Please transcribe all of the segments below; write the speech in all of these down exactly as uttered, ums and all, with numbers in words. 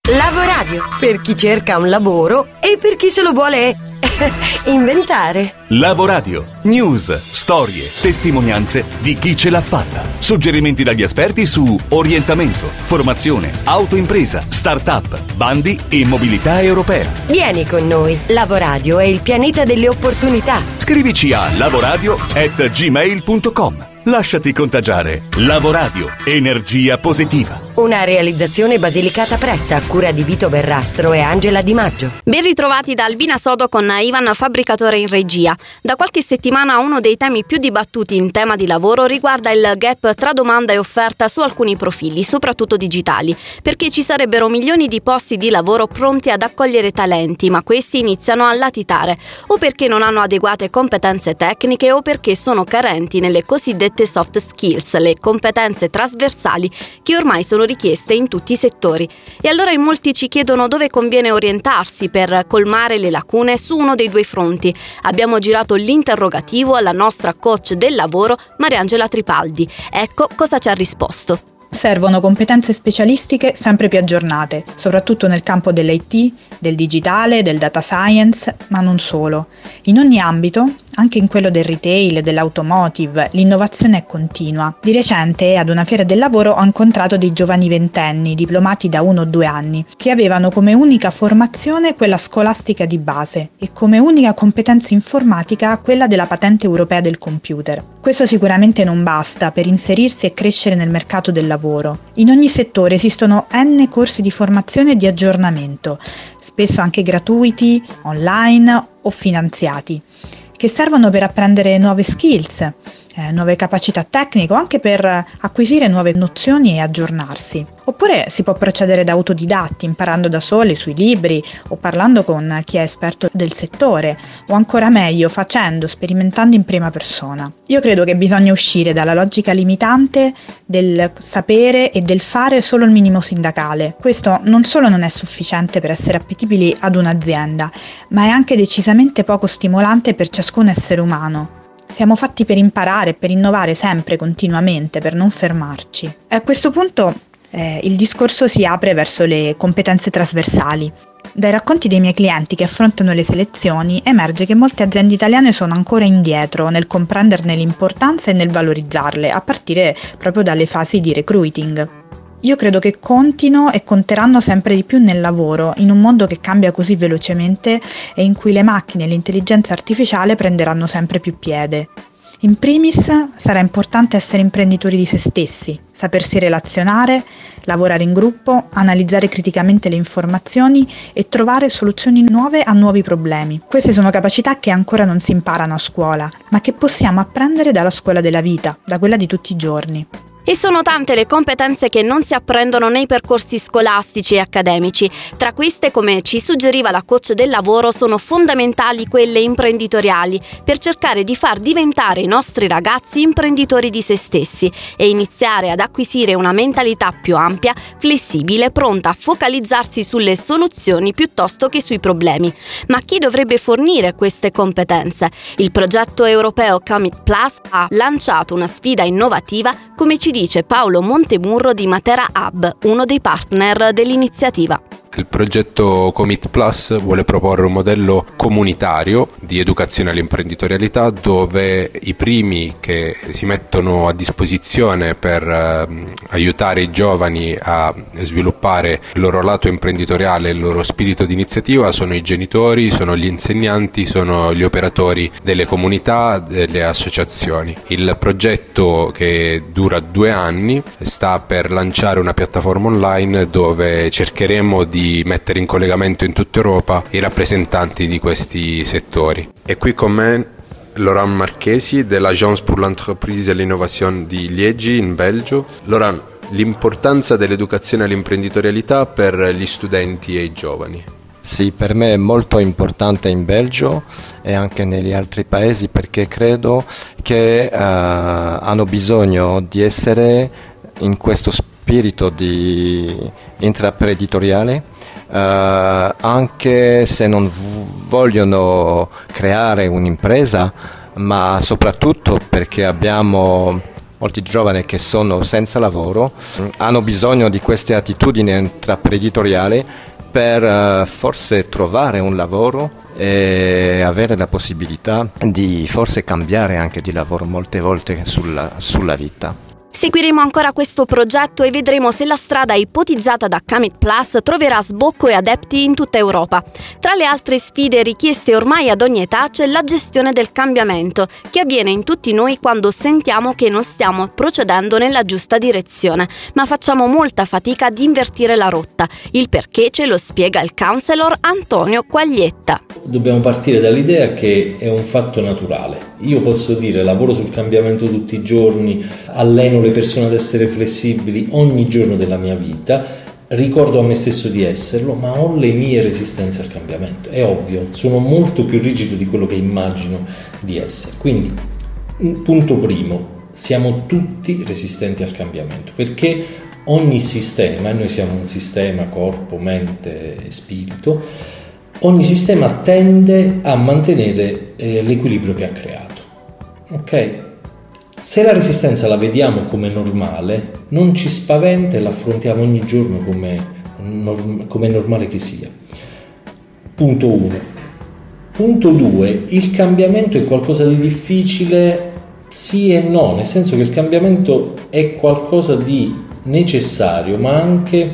Lavoradio, per chi cerca un lavoro e per chi se lo vuole inventare. Lavoradio, news, storie, testimonianze di chi ce l'ha fatta. Suggerimenti dagli esperti su orientamento, formazione, autoimpresa, start-up, bandi e mobilità europea. Vieni con noi. Lavoradio è il pianeta delle opportunità. Scrivici a lavoradio at gmail punto com. Lasciati contagiare. Lavoradio, energia positiva. Una realizzazione Basilicata Press a cura di Vito Verrastro e Angela Di Maggio. Ben ritrovati da Albina Sodo con Ivan Fabbricatore in regia. Da qualche settimana uno dei temi più dibattuti in tema di lavoro riguarda il gap tra domanda e offerta su alcuni profili, soprattutto digitali, perché ci sarebbero milioni di posti di lavoro pronti ad accogliere talenti, ma questi iniziano a latitare, o perché non hanno adeguate competenze tecniche o perché sono carenti nelle cosiddette soft skills, le competenze trasversali che ormai sono richieste in tutti i settori. E allora in molti ci chiedono dove conviene orientarsi per colmare le lacune su uno dei due fronti. Abbiamo girato l'interrogativo alla nostra coach del lavoro, Mariangela Tripaldi. Ecco cosa ci ha risposto. Servono competenze specialistiche sempre più aggiornate, soprattutto nel campo dell'I T, del digitale, del data science, ma non solo. In ogni ambito, anche in quello del retail e dell'automotive, l'innovazione è continua. Di recente, ad una fiera del lavoro, ho incontrato dei giovani ventenni, diplomati da uno o due anni, che avevano come unica formazione quella scolastica di base e come unica competenza informatica quella della patente europea del computer. Questo sicuramente non basta per inserirsi e crescere nel mercato del lavoro. In ogni settore esistono n corsi di formazione e di aggiornamento, spesso anche gratuiti, online o finanziati, che servono per apprendere nuove skills, eh, nuove capacità tecniche o anche per acquisire nuove nozioni e aggiornarsi. Oppure si può procedere da autodidatti, imparando da soli sui libri o parlando con chi è esperto del settore, o ancora meglio facendo, sperimentando in prima persona. Io credo che bisogna uscire dalla logica limitante del sapere e del fare solo il minimo sindacale. Questo non solo non è sufficiente per essere appetibili ad un'azienda, ma è anche decisamente poco stimolante per ciascun essere umano. Siamo fatti per imparare e per innovare sempre, continuamente, per non fermarci. E a questo punto eh, il discorso si apre verso le competenze trasversali. Dai racconti dei miei clienti che affrontano le selezioni emerge che molte aziende italiane sono ancora indietro nel comprenderne l'importanza e nel valorizzarle, a partire proprio dalle fasi di recruiting. Io credo che contino e conteranno sempre di più nel lavoro, in un mondo che cambia così velocemente e in cui le macchine e l'intelligenza artificiale prenderanno sempre più piede. In primis sarà importante essere imprenditori di se stessi, sapersi relazionare, lavorare in gruppo, analizzare criticamente le informazioni e trovare soluzioni nuove a nuovi problemi. Queste sono capacità che ancora non si imparano a scuola, ma che possiamo apprendere dalla scuola della vita, da quella di tutti i giorni. E sono tante le competenze che non si apprendono nei percorsi scolastici e accademici. Tra queste, come ci suggeriva la coach del lavoro, sono fondamentali quelle imprenditoriali, per cercare di far diventare i nostri ragazzi imprenditori di se stessi e iniziare ad acquisire una mentalità più ampia, flessibile, pronta a focalizzarsi sulle soluzioni piuttosto che sui problemi. Ma chi dovrebbe fornire queste competenze? Il progetto europeo Commit Plus ha lanciato una sfida innovativa, come ci dice Paolo Montemurro di Matera Hub, uno dei partner dell'iniziativa. Il progetto Commit Plus vuole proporre un modello comunitario di educazione all'imprenditorialità dove i primi che si mettono a disposizione per eh, aiutare i giovani a sviluppare il loro lato imprenditoriale e il loro spirito di iniziativa sono i genitori, sono gli insegnanti, sono gli operatori delle comunità, delle associazioni. Il progetto, che dura due anni, sta per lanciare una piattaforma online dove cercheremo di di mettere in collegamento in tutta Europa i rappresentanti di questi settori. E qui con me Laurent Marchesi dell'Agence pour l'entreprise et l'innovation di Liegi in Belgio. Laurent, l'importanza dell'educazione all'imprenditorialità per gli studenti e i giovani. Sì, per me è molto importante in Belgio e anche negli altri paesi, perché credo che uh, hanno bisogno di essere in questo spirito di intraprenditoriale, uh, anche se non v- vogliono creare un'impresa, ma soprattutto perché abbiamo molti giovani che sono senza lavoro hanno bisogno di queste attitudini intraprenditoriali per uh, forse trovare un lavoro e avere la possibilità di forse cambiare anche di lavoro molte volte sulla, sulla vita. Seguiremo ancora questo progetto e vedremo se la strada ipotizzata da Commit Plus troverà sbocco e adepti in tutta Europa. Tra le altre sfide richieste ormai ad ogni età c'è la gestione del cambiamento, che avviene in tutti noi quando sentiamo che non stiamo procedendo nella giusta direzione, ma facciamo molta fatica ad invertire la rotta. Il perché ce lo spiega il counselor Antonio Quaglietta. Dobbiamo partire dall'idea che è un fatto naturale. Io posso dire lavoro sul cambiamento tutti i giorni, alleno le persone ad essere flessibili ogni giorno della mia vita, ricordo a me stesso di esserlo, ma ho le mie resistenze al cambiamento. È ovvio, sono molto più rigido di quello che immagino di essere. Quindi, punto primo, siamo tutti resistenti al cambiamento, perché ogni sistema, e noi siamo un sistema corpo, mente e spirito, ogni sistema tende a mantenere eh, l'equilibrio che ha creato. Ok? Se la resistenza la vediamo come normale, non ci spaventa e la affrontiamo ogni giorno come, norm- come normale che sia. Punto uno. Punto due. Il cambiamento è qualcosa di difficile? Sì e no, nel senso che il cambiamento è qualcosa di necessario, ma anche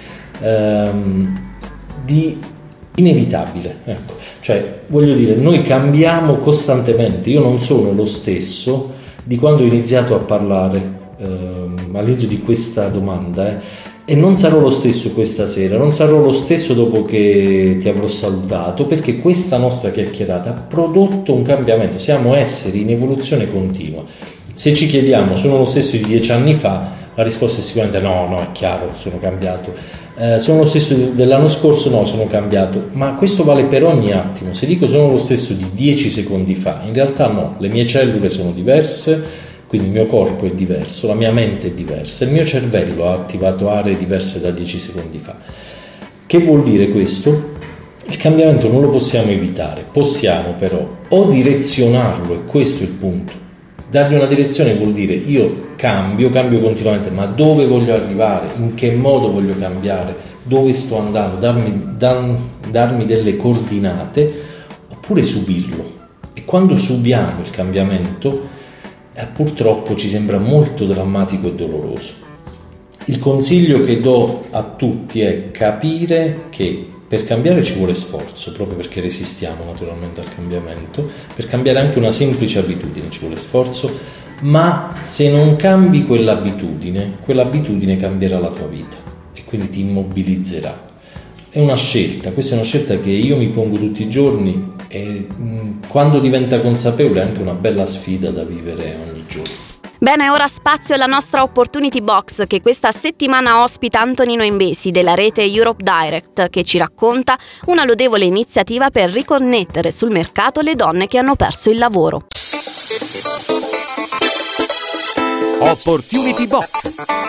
ehm, di inevitabile. Ecco. Cioè, voglio dire, noi cambiamo costantemente. Io non sono lo stesso di quando ho iniziato a parlare ehm, all'inizio di questa domanda eh, e non sarò lo stesso questa sera, non sarò lo stesso dopo che ti avrò salutato, perché questa nostra chiacchierata ha prodotto un cambiamento. Siamo esseri in evoluzione continua. Se ci chiediamo sono lo stesso di dieci anni fa, la risposta è sicuramente no, no, è chiaro, sono cambiato. Eh, sono lo stesso dell'anno scorso? No, sono cambiato. Ma questo vale per ogni attimo. Se dico sono lo stesso di dieci secondi fa, in realtà no, le mie cellule sono diverse, quindi il mio corpo è diverso, la mia mente è diversa, il mio cervello ha attivato aree diverse da dieci secondi fa. Che vuol dire questo? Il cambiamento non lo possiamo evitare, possiamo però o direzionarlo, e questo è il punto. Dargli una direzione vuol dire io cambio, cambio continuamente, ma dove voglio arrivare, in che modo voglio cambiare, dove sto andando, darmi, dan, darmi delle coordinate, oppure subirlo. E quando subiamo il cambiamento, eh, purtroppo ci sembra molto drammatico e doloroso. Il consiglio che do a tutti è capire che per cambiare ci vuole sforzo, proprio perché resistiamo naturalmente al cambiamento. Per cambiare anche una semplice abitudine ci vuole sforzo, ma se non cambi quell'abitudine, quell'abitudine cambierà la tua vita e quindi ti immobilizzerà. È una scelta, questa è una scelta che io mi pongo tutti i giorni e mh, quando diventa consapevole è anche una bella sfida da vivere ogni giorno. Bene, ora spazio alla nostra Opportunity Box, che questa settimana ospita Antonino Imbesi della rete Europe Direct, che ci racconta una lodevole iniziativa per riconnettere sul mercato le donne che hanno perso il lavoro. Opportunity Box.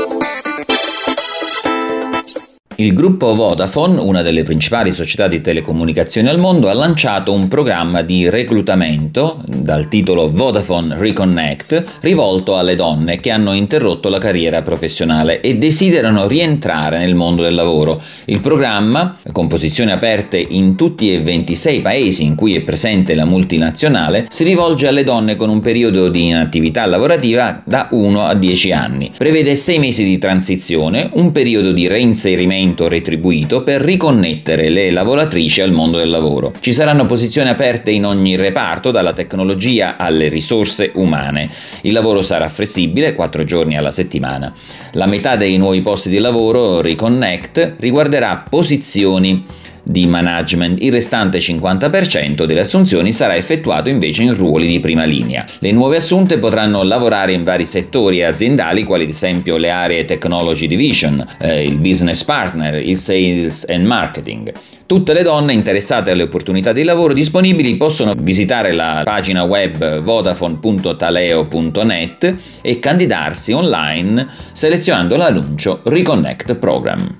Il gruppo Vodafone, una delle principali società di telecomunicazioni al mondo, ha lanciato un programma di reclutamento dal titolo Vodafone Reconnect, rivolto alle donne che hanno interrotto la carriera professionale e desiderano rientrare nel mondo del lavoro. Il programma, con posizioni aperte in tutti e ventisei paesi in cui è presente la multinazionale, si rivolge alle donne con un periodo di inattività lavorativa da uno a dieci anni. Prevede sei mesi di transizione, un periodo di reinserimento retribuito per riconnettere le lavoratrici al mondo del lavoro. Ci saranno posizioni aperte in ogni reparto, dalla tecnologia alle risorse umane. Il lavoro sarà flessibile, quattro giorni alla settimana. La metà dei nuovi posti di lavoro Reconnect riguarderà posizioni di management, il restante cinquanta per cento delle assunzioni sarà effettuato invece in ruoli di prima linea. Le nuove assunte potranno lavorare in vari settori aziendali, quali ad esempio le aree Technology Division, eh, il Business Partner, il Sales and Marketing. Tutte le donne interessate alle opportunità di lavoro disponibili possono visitare la pagina web vodafone punto taleo punto net e candidarsi online selezionando l'annuncio Reconnect Program.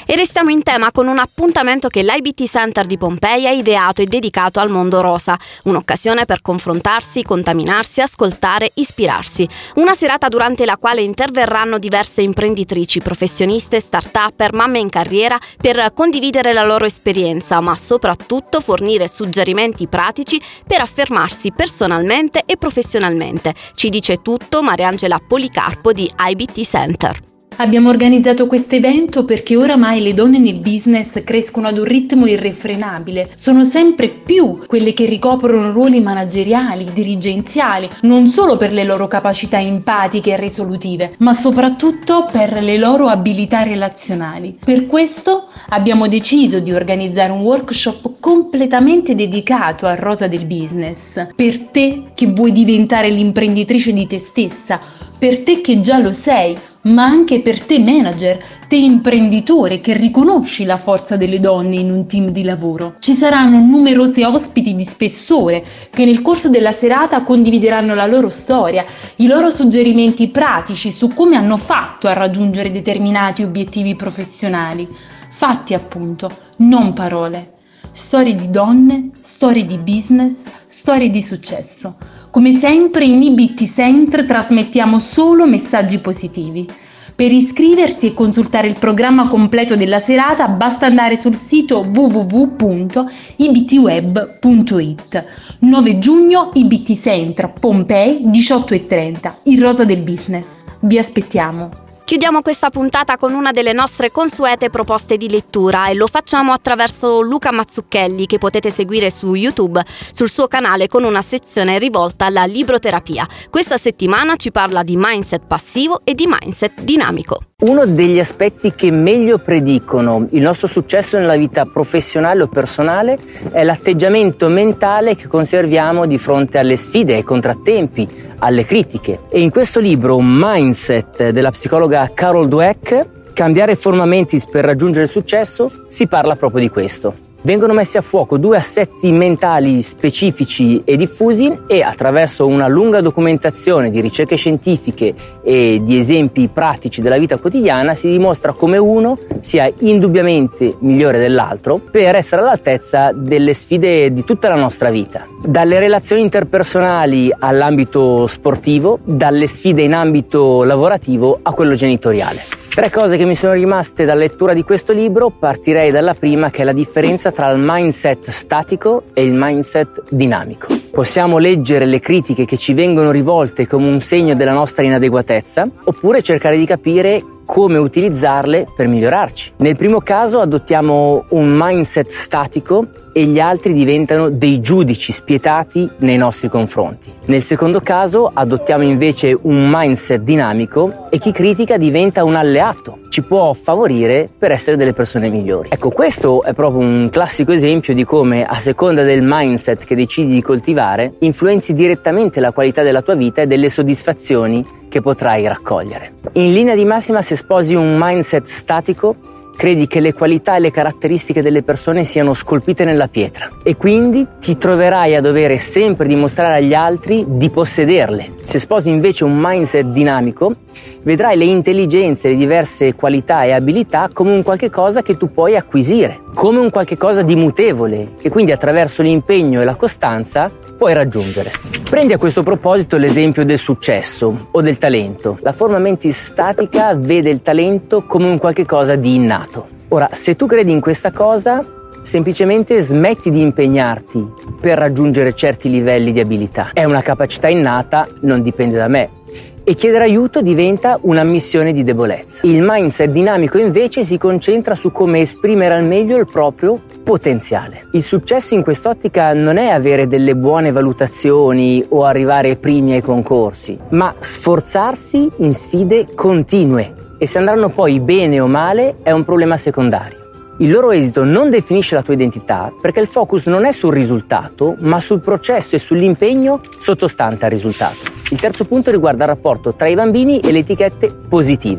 E restiamo in tema con un appuntamento che l'I B T Center di Pompei ha ideato e dedicato al mondo rosa, un'occasione per confrontarsi, contaminarsi, ascoltare, ispirarsi. Una serata durante la quale interverranno diverse imprenditrici, professioniste, start-upper, mamme in carriera per condividere la loro esperienza, ma soprattutto fornire suggerimenti pratici per affermarsi personalmente e professionalmente. Ci dice tutto Mariangela Policarpo di I B T Center. Abbiamo organizzato questo evento perché oramai le donne nel business crescono ad un ritmo irrefrenabile, sono sempre più quelle che ricoprono ruoli manageriali, dirigenziali, non solo per le loro capacità empatiche e risolutive, ma soprattutto per le loro abilità relazionali. Per questo abbiamo deciso di organizzare un workshop completamente dedicato al rosa del business, per te che vuoi diventare l'imprenditrice di te stessa, per te che già lo sei, ma anche per te manager, te imprenditore che riconosci la forza delle donne in un team di lavoro. Ci saranno numerosi ospiti di spessore che nel corso della serata condivideranno la loro storia, i loro suggerimenti pratici su come hanno fatto a raggiungere determinati obiettivi professionali. Fatti appunto, non parole. Storie di donne, storie di business, storie di successo. Come sempre in I B T Center trasmettiamo solo messaggi positivi. Per iscriversi e consultare il programma completo della serata basta andare sul sito w w w punto i b t web punto i t. nove giugno I B T Center, Pompei, diciotto e trenta, il rosa del business. Vi aspettiamo. Chiudiamo questa puntata con una delle nostre consuete proposte di lettura e lo facciamo attraverso Luca Mazzucchelli, che potete seguire su YouTube sul suo canale con una sezione rivolta alla libroterapia. Questa settimana ci parla di mindset passivo e di mindset dinamico. Uno degli aspetti che meglio predicono il nostro successo nella vita professionale o personale è l'atteggiamento mentale che conserviamo di fronte alle sfide, ai contrattempi, alle critiche. E in questo libro, Mindset, della psicologa Carol Dweck, Cambiare forma mentis per raggiungere il successo, si parla proprio di questo. Vengono messi a fuoco due assetti mentali specifici e diffusi e attraverso una lunga documentazione di ricerche scientifiche e di esempi pratici della vita quotidiana si dimostra come uno sia indubbiamente migliore dell'altro per essere all'altezza delle sfide di tutta la nostra vita. Dalle relazioni interpersonali all'ambito sportivo, dalle sfide in ambito lavorativo a quello genitoriale. Tre cose che mi sono rimaste dalla lettura di questo libro. Partirei dalla prima, che è la differenza tra il mindset statico e il mindset dinamico. Possiamo leggere le critiche che ci vengono rivolte come un segno della nostra inadeguatezza, oppure cercare di capire come utilizzarle per migliorarci. Nel primo caso adottiamo un mindset statico e gli altri diventano dei giudici spietati nei nostri confronti. Nel secondo caso adottiamo invece un mindset dinamico e chi critica diventa un alleato, ci può favorire per essere delle persone migliori. Ecco, questo è proprio un classico esempio di come, a seconda del mindset che decidi di coltivare, influenzi direttamente la qualità della tua vita e delle soddisfazioni che potrai raccogliere. In linea di massima, se sposi un mindset statico, credi che le qualità e le caratteristiche delle persone siano scolpite nella pietra e quindi ti troverai a dover sempre dimostrare agli altri di possederle. Se sposi invece un mindset dinamico, vedrai le intelligenze, le diverse qualità e abilità come un qualche cosa che tu puoi acquisire, come un qualche cosa di mutevole, che quindi attraverso l'impegno e la costanza puoi raggiungere. Prendi a questo proposito l'esempio del successo o del talento. La forma mentis statica vede il talento come un qualche cosa di innato. Ora, se tu credi in questa cosa, semplicemente smetti di impegnarti per raggiungere certi livelli di abilità. È una capacità innata, non dipende da me. E chiedere aiuto diventa un'ammissione di debolezza. Il mindset dinamico invece si concentra su come esprimere al meglio il proprio potenziale. Il successo in quest'ottica non è avere delle buone valutazioni o arrivare primi ai concorsi, ma sforzarsi in sfide continue. E se andranno poi bene o male è un problema secondario. Il loro esito non definisce la tua identità perché il focus non è sul risultato, ma sul processo e sull'impegno sottostante al risultato. Il terzo punto riguarda il rapporto tra i bambini e le etichette positive.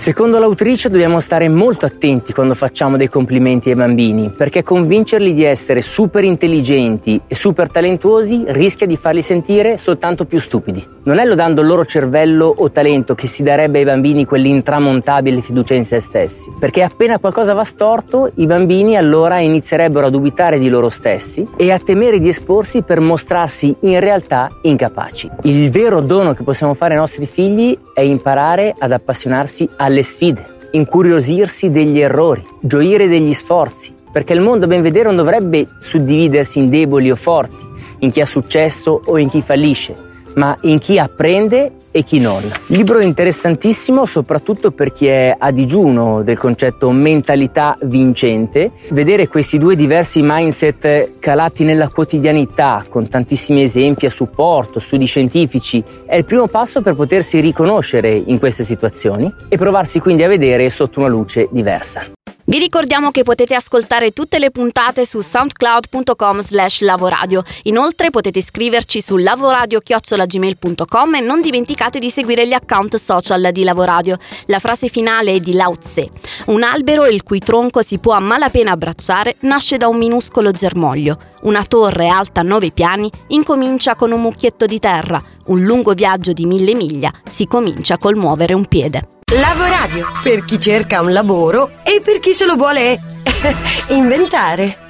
Secondo l'autrice dobbiamo stare molto attenti quando facciamo dei complimenti ai bambini, perché convincerli di essere super intelligenti e super talentuosi rischia di farli sentire soltanto più stupidi. Non è lodando il loro cervello o talento che si darebbe ai bambini quell'intramontabile fiducia in se stessi, perché appena qualcosa va storto, i bambini allora inizierebbero a dubitare di loro stessi e a temere di esporsi per mostrarsi in realtà incapaci. Il vero dono che possiamo fare ai nostri figli è imparare ad appassionarsi alle sfide, incuriosirsi degli errori, gioire degli sforzi, perché il mondo, a ben vedere, non dovrebbe suddividersi in deboli o forti, in chi ha successo o in chi fallisce, ma in chi apprende e chi non. Libro interessantissimo soprattutto per chi è a digiuno del concetto mentalità vincente. Vedere questi due diversi mindset calati nella quotidianità, con tantissimi esempi a supporto, studi scientifici, è il primo passo per potersi riconoscere in queste situazioni e provarsi quindi a vedere sotto una luce diversa. Vi ricordiamo che potete ascoltare tutte le puntate su soundcloud punto com slash lavoradio. Inoltre potete iscriverci su lavoradio chiocciola gmail punto com e non dimenticate di seguire gli account social di Lavoradio. La frase finale è di Lao Tse. Un albero il cui tronco si può a malapena abbracciare nasce da un minuscolo germoglio. Una torre alta nove piani incomincia con un mucchietto di terra. Un lungo viaggio di mille miglia si comincia col muovere un piede. Lavoradio, per chi cerca un lavoro e per chi se lo vuole inventare.